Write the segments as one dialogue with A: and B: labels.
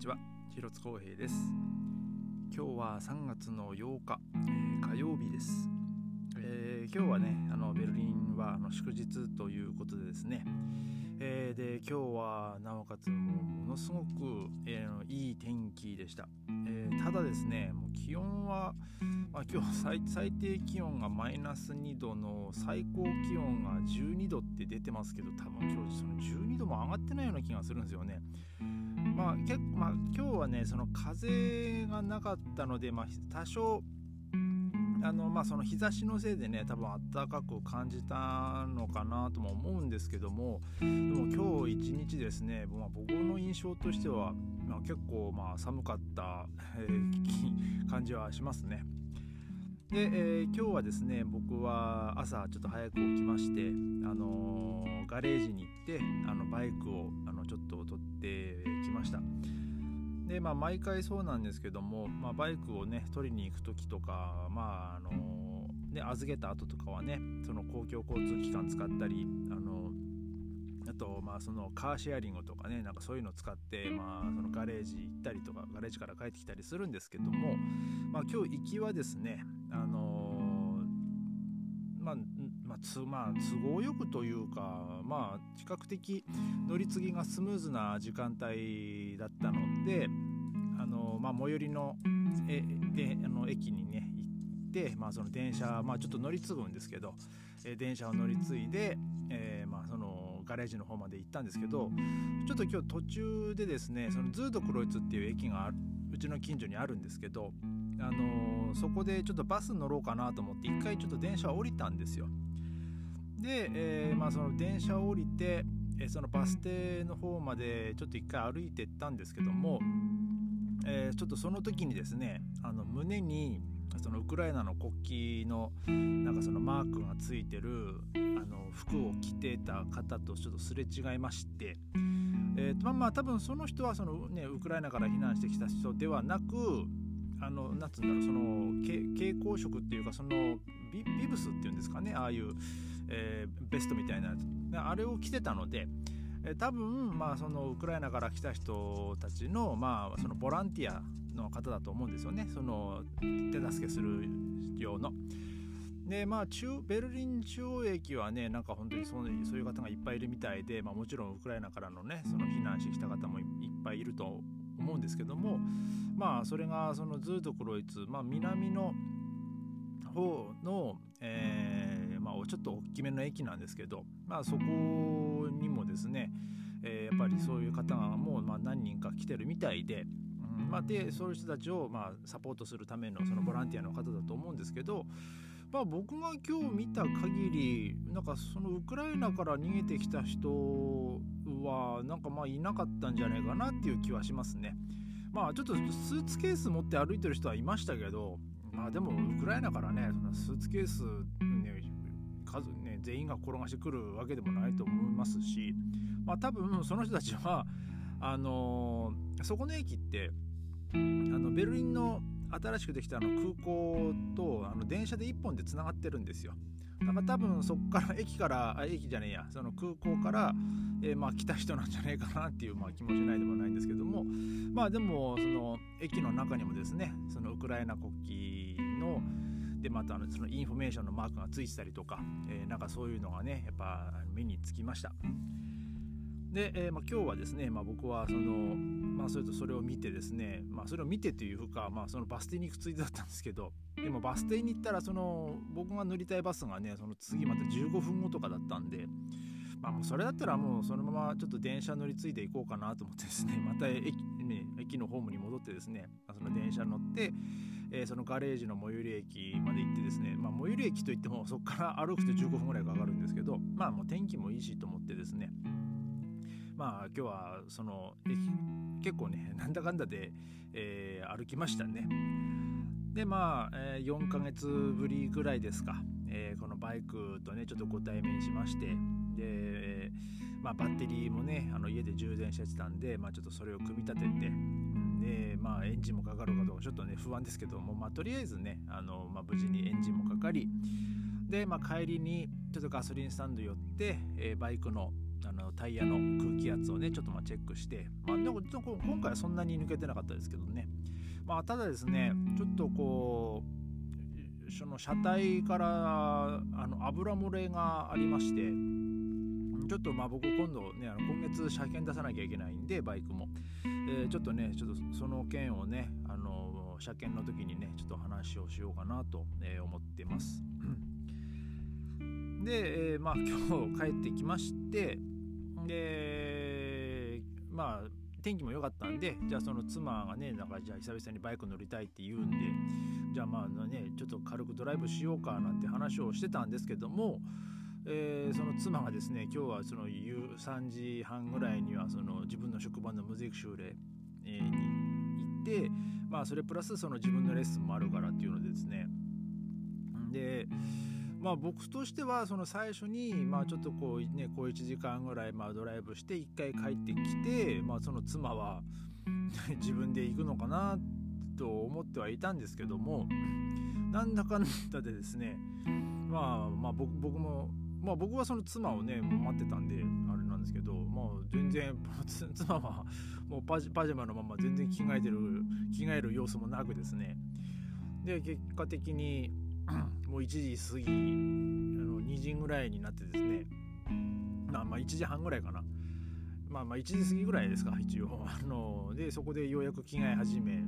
A: ちは、広津光平です。今日は3月の8日、火曜日です。今日はね、ベルリンは祝日ということでですね、で今日はなおかつものすごく、いい天気でした。ただですね、もう気温は、今日最低気温がマイナス2度の最高気温が12度って出てますけど、多分今日その12度も上がってないような気がするんですよね。今日はね、その風がなかったので、多少その日差しのせいでね、多分暖かく感じたのかなとも思うんですけども、でも今日一日ですね、僕の印象としては、結構寒かった、感じはしますね。で、今日はですね、僕は朝ちょっと早く起きまして、ガレージに行ってバイクをちょっと取ってきました。で毎回そうなんですけども、バイクをね取りに行く時とか、預けた後とかはね、その公共交通機関使ったり、あとそのカーシェアリングとかね、なんかそういうのを使って、そのガレージ行ったりとか、ガレージから帰ってきたりするんですけども、今日行きはですね、都合よくというか、比較的乗り継ぎがスムーズな時間帯だったので、最寄りの駅にね行って、その電車、ちょっと乗り継ぐんですけど、電車を乗り継いで、そのガレージの方まで行ったんですけど、ちょっと今日途中でですね、そのズードクロイツっていう駅がうちの近所にあるんですけど、そこでちょっとバス乗ろうかなと思って一回ちょっと電車を降りたんですよ。で、その電車を降りて、そのバス停の方までちょっと一回歩いて行ったんですけども、ちょっとその時にですね、胸にそのウクライナの国旗のなんかそのマークがついてる服を着てた方とちょっとすれ違いまして、多分その人はその、ウクライナから避難してきた人ではなく、その蛍光色っていうか、そのビブスっていうんですかね、ああいう、ベストみたいなやつ、あれを着てたので、多分そのウクライナから来た人たちのそのボランティアの方だと思うんですよね、その手助けする用の。でベルリン中央駅はね、なんか本当にそういう方がいっぱいいるみたいで、もちろんウクライナからのね、その避難してきた方もいっぱいいると思うんですけども、それがそのズードクロイツ、南の方の、ちょっと大きめの駅なんですけど、そこにもですね、やっぱりそういう方がもう何人か来てるみたいで、でそういう人たちをサポートするためのそのボランティアの方だと思うんですけど、僕が今日見た限り、なんかそのウクライナから逃げてきた人はなんかいなかったんじゃないかなっていう気はしますね。ちょっとスーツケース持って歩いてる人はいましたけど、でもウクライナからね、そのスーツケース、数ね全員が転がしてくるわけでもないと思いますし、多分その人たちはそこの駅ってベルリンの新しくできた空港と電車で1本でつながってるんですよ。だから多分そこからその空港から、来た人なんじゃないかなっていう気もしないでもないんですけども、でもその駅の中にもですね、そのウクライナ国旗のでまたそのインフォメーションのマークがついてたりとか、なんかそういうのがね、やっぱ目につきました。で、今日はですね、僕はそれを見てですね、それを見てというか、そのバス停に行くついでだったんですけど、でもバス停に行ったら僕が乗りたいバスがね、その次また15分後とかだったんで、もうそれだったらもうそのままちょっと電車乗り継いでいこうかなと思ってですね、また駅のホームに戻ってですね、その電車乗って、そのガレージの最寄り駅まで行ってですね、最寄り駅といってもそこから歩くと15分ぐらいかかるんですけど、もう天気もいいしと思ってですね、今日はその駅結構ね、なんだかんだで、歩きましたね。で4ヶ月ぶりぐらいですか、このバイクとねちょっとご対面しまして、で、バッテリーもね家で充電してたんで、ちょっとそれを組み立てて、でエンジンもかかるかどうかちょっとね不安ですけども、とりあえずね無事にエンジンもかかり、で帰りにちょっとガソリンスタンド寄って、バイクのタイヤの空気圧をねちょっとチェックして、でも今回はそんなに抜けてなかったですけどね、ただですねちょっとその車体から油漏れがありまして、ちょっと僕今度ね今月車検出さなきゃいけないんでバイクも、ちょっとその件をね車検の時にねちょっと話をしようかなと、思ってますで、今日帰ってきまして、で天気も良かったんで、じゃあその妻がねじゃあ久々にバイク乗りたいって言うんで、じゃあちょっと軽くドライブしようかなんて話をしてたんですけども、その妻がですね今日はその夕3時半ぐらいにはその自分の職場のムジックシューレに行って、それプラスその自分のレッスンもあるからっていうのでですね、で僕としてはその最初にちょっと1時間ぐらいドライブして1回帰ってきて、その妻は自分で行くのかなと思ってはいたんですけども、なんだかんだでですね僕はその妻をね待ってたんであれなんですけど、全然妻はもうパジャマのまま全然着替える様子もなくですね、で結果的にもう1時過ぎ2時ぐらいになってですね、1時半ぐらいかな、1時過ぎぐらいですか一応でそこでようやく着替え始め、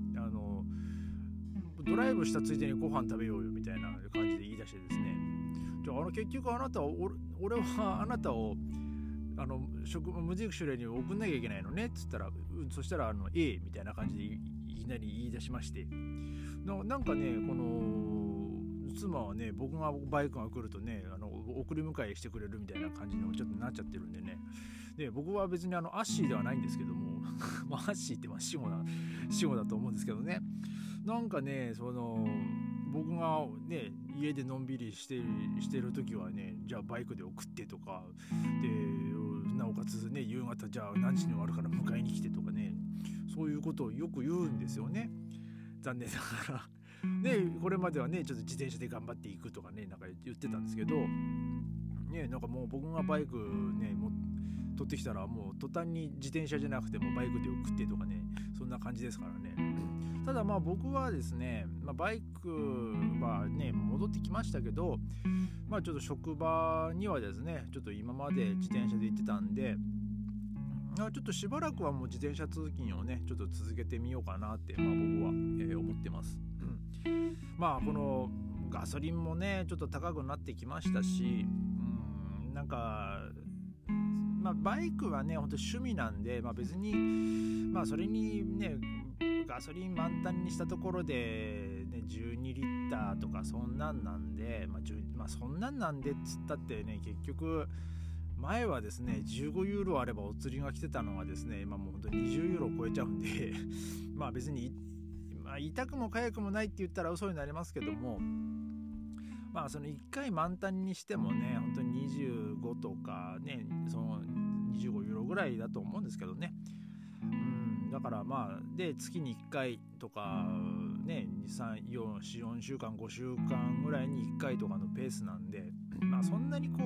A: ドライブしたついでにご飯食べようよみたいな感じで言い出してですね、じゃあ結局俺はあなたを無印シュレに送んなきゃいけないのねっつったら、そしたらみたいな感じでいきなり言い出しまして、なんかねこの妻はね僕がバイクが来るとね送り迎えしてくれるみたいな感じにちょっとなっちゃってるんでね、で僕は別にアッシーではないんですけどもアッシーって死語だと思うんですけどね、なんかね僕がね家でのんびりしてる時はね、じゃあバイクで送ってとかで、なおかつね夕方じゃあ何時に終わるから迎えに来てとかね、そういうことをよく言うんですよね、残念ながらでこれまではねちょっと自転車で頑張っていくとかねなんか言ってたんですけどね、なんかもう僕がバイクね取ってきたらもう途端に自転車じゃなくてもバイクで送ってとかね、そんな感じですからね。ただ僕はですね、バイクはね戻ってきましたけど、ちょっと職場にはですねちょっと今まで自転車で行ってたんで、ちょっとしばらくはもう自転車通勤をねちょっと続けてみようかなって僕は、思ってます。このガソリンもねちょっと高くなってきましたし、なんかバイクはね本当趣味なんで、別にそれにねガソリン満タンにしたところで、ね、12リッターとかそんなんなんで、そんなんなんでっつったってね結局前はですね15ユーロあればお釣りが来てたのがですね今もう本当に20ユーロ超えちゃうんで別に痛くも痒くもないって言ったら嘘になりますけども、その1回満タンにしてもね本当に25とかねその25ユーロぐらいだと思うんですけどね、だからで月に1回とかね4週間5週間ぐらいに1回とかのペースなんで、そんなに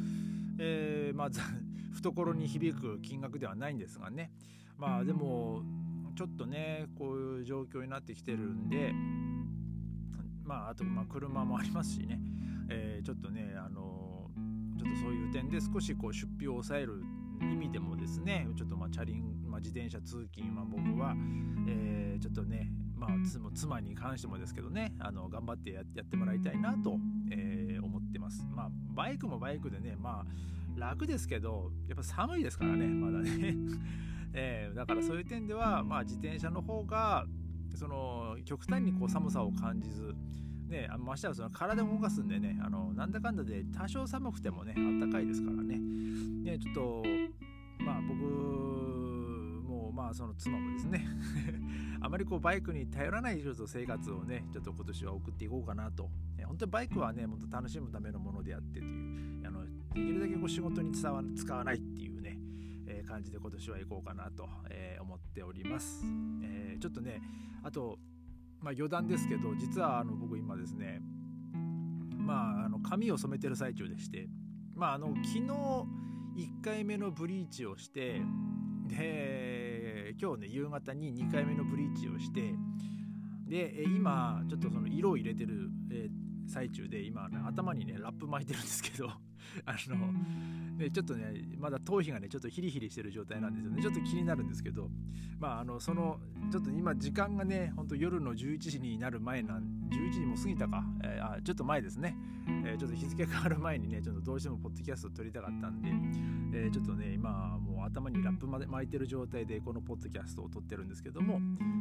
A: 懐に響く金額ではないんですがね、でもちょっとねこういう状況になってきてるんで、あと車もありますしね、ちょっとねちょっとそういう点で少し出費を抑える意味でもですねちょっと自転車通勤は僕は、ちょっとね妻に関してもですけどね頑張ってやってもらいたいなと、思ってます。バイクもバイクでね楽ですけどやっぱ寒いですからねまだねだからそういう点では自転車の方がその極端に寒さを感じずね、ましてはその体を動かすんでねなんだかんだで多少寒くてもねあったかいですからね、ちょっと僕もその妻もですねあまりバイクに頼らない生活をねちょっと今年は送っていこうかなと、本当にバイクはねもっと楽しむためのものであってというできるだけ仕事に使わないっていうね、感じで今年は行こうかなと、思っております。ちょっとねあと余談ですけど実は僕今ですね髪を染めてる最中でして昨日 1回目のブリーチをして、で今日ね夕方に2回目のブリーチをして、で今ちょっとその色を入れてる、最中で、今、ね、頭にねラップ巻いてるんですけどね、ちょっとねまだ頭皮がねちょっとヒリヒリしてる状態なんですよね。ちょっと気になるんですけど、そのちょっと今時間がねほんと夜の11時になる前11時も過ぎたか、ちょっと前ですね、ちょっと日付変わる前にねちょっとどうしてもポッドキャストを撮りたかったんで、ちょっとね今もう頭にラップまで巻いてる状態でこのポッドキャストを撮ってるんですけども、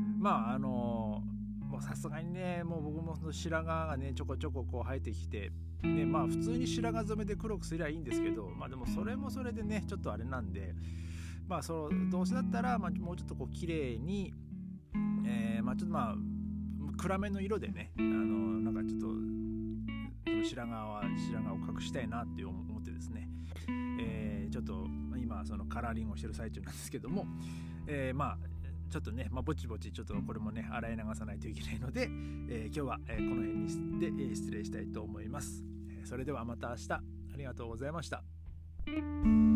A: もうさすがにねもう僕もその白髪がねちょこちょここう生えてきて、ね、普通に白髪染めで黒くすりゃいいんですけど、でもそれもそれでねちょっとあれなんで、どうせだったら、もうちょっとこう綺麗に、ちょっと暗めの色でねなんかちょっとその白髪を隠したいなって思ってですね、ちょっと今そのカラーリングをしてる最中なんですけども、ちょっとね、ぼちぼちちょっとこれもね洗い流さないといけないので、今日はこの辺にして失礼したいと思います。それではまた明日、ありがとうございました。